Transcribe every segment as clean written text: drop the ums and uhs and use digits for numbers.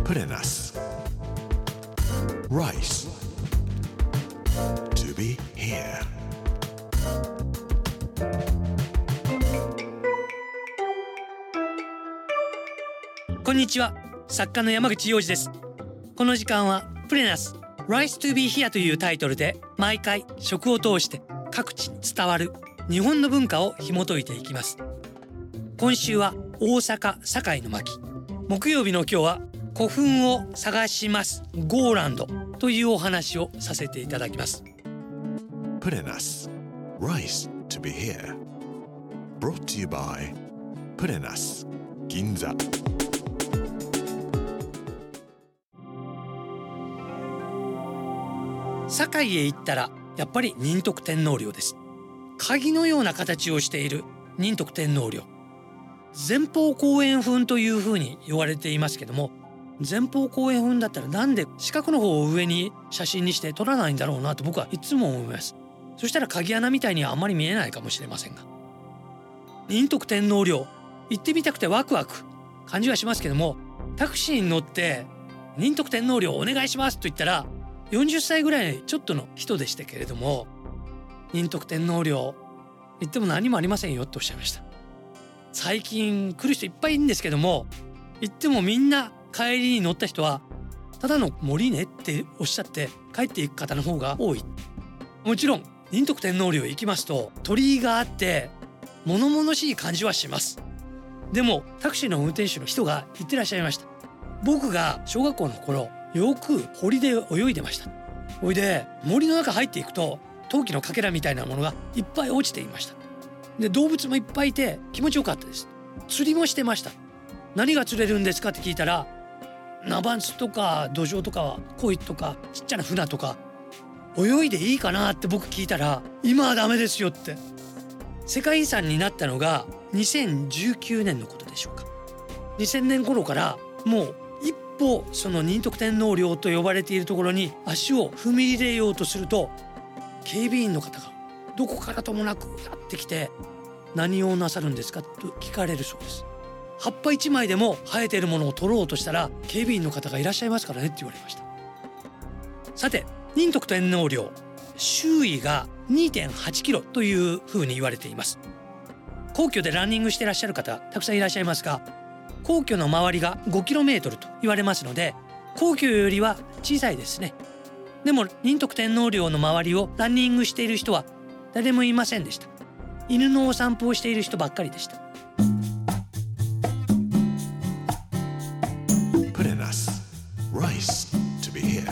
put in us rice to be here. こんにちは、作家の山口洋二です。この時間はプレナス Rice to be here というタイトルで毎回食を通して各地に伝わる日本の文化を紐解いていきます。今週は大阪堺の巻、木曜日の今日は古墳を探しますゴーランドというお話をさせていただきます。 Put in us rice to be here brought to you by プレナス銀座。 堺へ行ったらやっぱり仁徳天皇陵です。鍵のような形をしている仁徳天皇陵、前方後円墳というふうに言われていますけども、前方後円墳だったらなんで四角の方を上に写真にして撮らないんだろうなと僕はいつも思います。そしたら鍵穴みたいにはあまり見えないかもしれませんが、仁徳天皇陵行ってみたくてワクワク感じはしますけども、タクシーに乗って仁徳天皇陵お願いしますと言ったら40歳ぐらいちょっとの人でしたけれども、仁徳天皇陵行っても何もありませんよっておっしゃいました。最近来る人いっぱいいるんですけども、行ってもみんな帰りに乗った人はただの森ねっておっしゃって帰っていく方の方が多い。もちろん仁徳天皇陵行きますと鳥居があって物々しい感じはします。でもタクシーの運転手の人が言ってらっしゃいました。僕が小学校の頃よく堀で泳いでました。ほいで森の中入っていくと陶器のかけらみたいなものがいっぱい落ちていました。で動物もいっぱいいて気持ちよかったです。釣りもしてました。何が釣れるんですかって聞いたら、ナマズとかドジョウとか鯉とかちっちゃな船とか、泳いでいいかなって僕聞いたら、今はダメですよって。世界遺産になったのが2019年のことでしょうか。2000年頃からもう一歩その仁徳天皇陵と呼ばれているところに足を踏み入れようとすると、警備員の方がどこからともなくやってきて、何をなさるんですかと聞かれるそうです。葉っぱ一枚でも生えているものを取ろうとしたら警備員の方がいらっしゃいますからねって言われました。さて仁徳天皇陵、周囲が 2.8 キロというふうに言われています。皇居でランニングしていらっしゃる方たくさんいらっしゃいますが、皇居の周りが5キロメートルと言われますので、皇居よりは小さいですね。でも仁徳天皇陵の周りをランニングしている人は誰もいませんでした。犬のお散歩をしている人ばっかりでした。 Put in us rice to be here.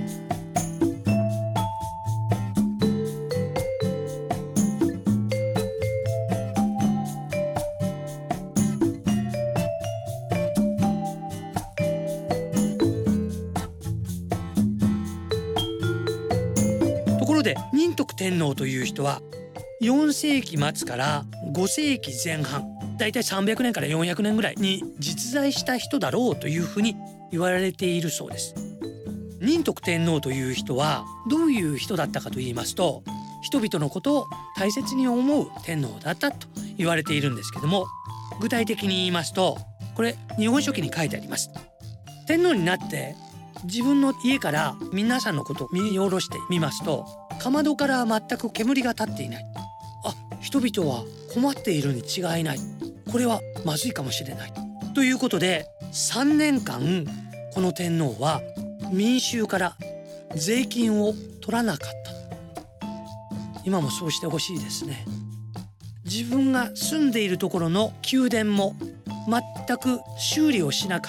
ところで仁徳天皇という人は4世紀末から5世紀前半、だいたい300年から400年ぐらいに実在した人だろうというふうに言われているそうです。仁徳天皇という人はどういう人だったかと言いますと、人々のことを大切に思う天皇だったと言われているんですけども、具体的に言いますと、これ日本書紀に書いてあります。天皇になって自分の家から皆さんのことを見下ろしてみますと、かまどから全く煙が立っていない。人々は困っているに違いない。これはまずいかもしれない。ということで3年間この天皇は民衆から税金を取らなかった。今もそうしてほしいですね。自分が住んでいるところの宮殿も全く修理をしなかった。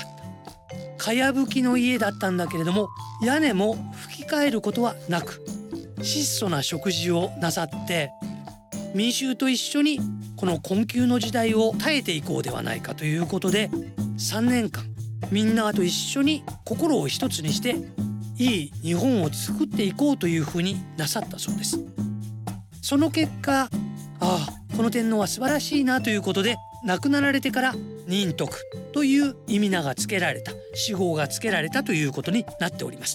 かやぶきの家だったんだけれども、屋根も吹き替えることはなく、質素な食事をなさって民衆と一緒にこの困窮の時代を耐えていこうではないかということで、3年間みんなと一緒に心を一つにしていい日本を作っていこうというふうになさったそうです。その結果、この天皇は素晴らしいなということで、亡くなられてから仁徳という意味名が付けられた、諡号が付けられたということになっております。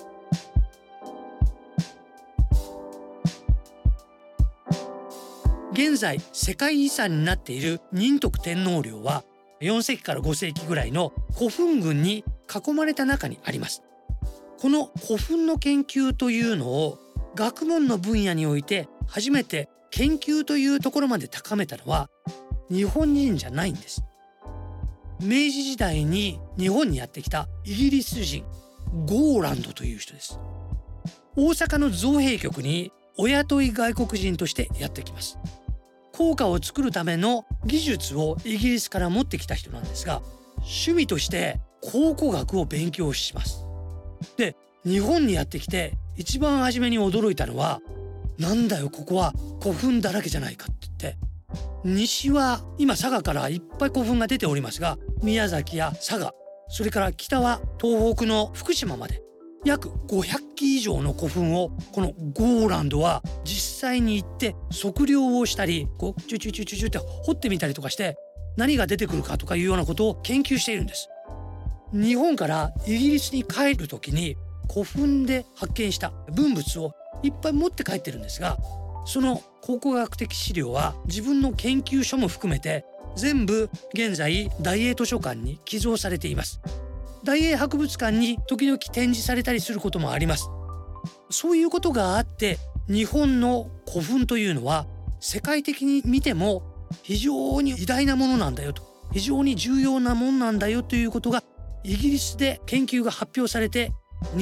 現在世界遺産になっている仁徳天皇陵は4世紀から5世紀ぐらいの古墳群に囲まれた中にあります。この古墳の研究というのを学問の分野において初めて研究というところまで高めたのは日本人じゃないんです。明治時代に日本にやってきたイギリス人ゴーランドという人です。大阪の造幣局にお雇い外国人としてやってきます。硬貨を作るための技術をイギリスから持ってきた人なんですが、趣味として考古学を勉強します。で、日本にやってきて一番初めに驚いたのは、なんだよここは古墳だらけじゃないかって言って、西は今佐賀からいっぱい古墳が出ておりますが、宮崎や佐賀、それから北は東北の福島まで約500基以上の古墳をこのゴーランドは実際に行って測量をしたり、こうチュチュチュチュチュって掘ってみたりとかして何が出てくるかとかいうようなことを研究しているんです。日本からイギリスに帰る時に古墳で発見した文物をいっぱい持って帰ってるんですが、その考古学的資料は自分の研究所も含めて全部現在大英図書館に寄贈されています。大英博物館に時々展示されたりすることもあります。そういうことがあって、日本の古墳というのは世界的に見ても非常に偉大なものなんだよと、非常に重要なものなんだよということがイギリスで研究が発表されて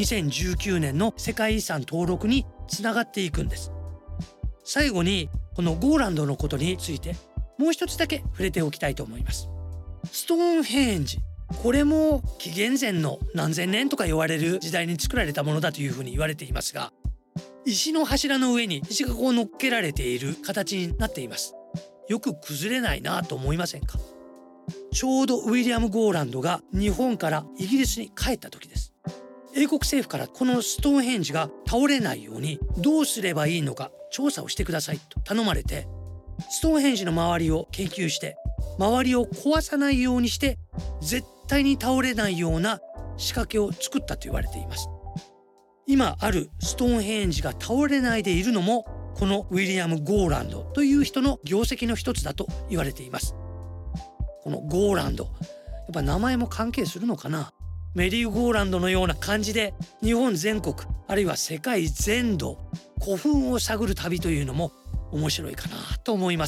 2019年の世界遺産登録につながっていくんです。最後にこのゴーランドのことについてもう一つだけ触れておきたいと思います。ストーンヘンジ、これも紀元前の何千年とか言われる時代に作られたものだというふうに言われていますが、石の柱の上に石がこう乗っけられている形になっています。よく崩れないなと思いませんか？ちょうどウィリアム・ゴーランドが日本からイギリスに帰った時です。英国政府からこのストーンヘンジが倒れないようにどうすればいいのか調査をしてくださいと頼まれて、ストーンヘンジの周りを研究して周りを壊さないようにして絶対に倒れないような仕掛けを作ったと言われています。今あるストーンヘンジが倒れないでいるのもこのウィリアム・ゴーランドという人の業績の一つだと言われています。このゴーランド、やっぱ名前も関係するのかな。メリーゴーランドのような感じで日本全国あるいは世界全土古墳を探る旅というのも面白いかなと思います。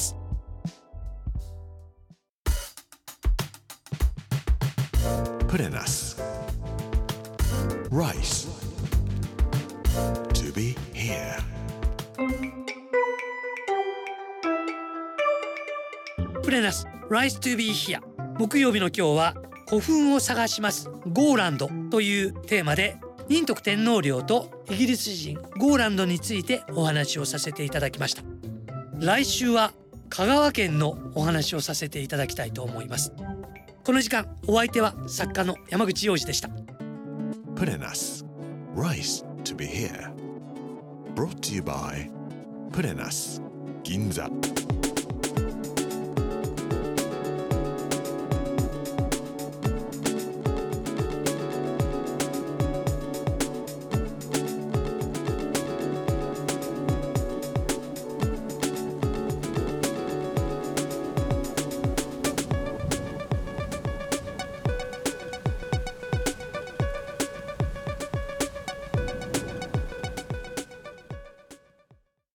Purenas. Rice. To be here. プレナス Rice to be here。 木曜日の今日は古墳を探しますゴーランドというテーマで仁徳天皇陵とイギリス人ゴーランドについてお話をさせていただきました。来週は香川県のお話をさせていただきたいと思います。この時間お相手は作家の山口洋二でした。 Purenas. Rice to be here. Brought to you by Purenas. Ginza.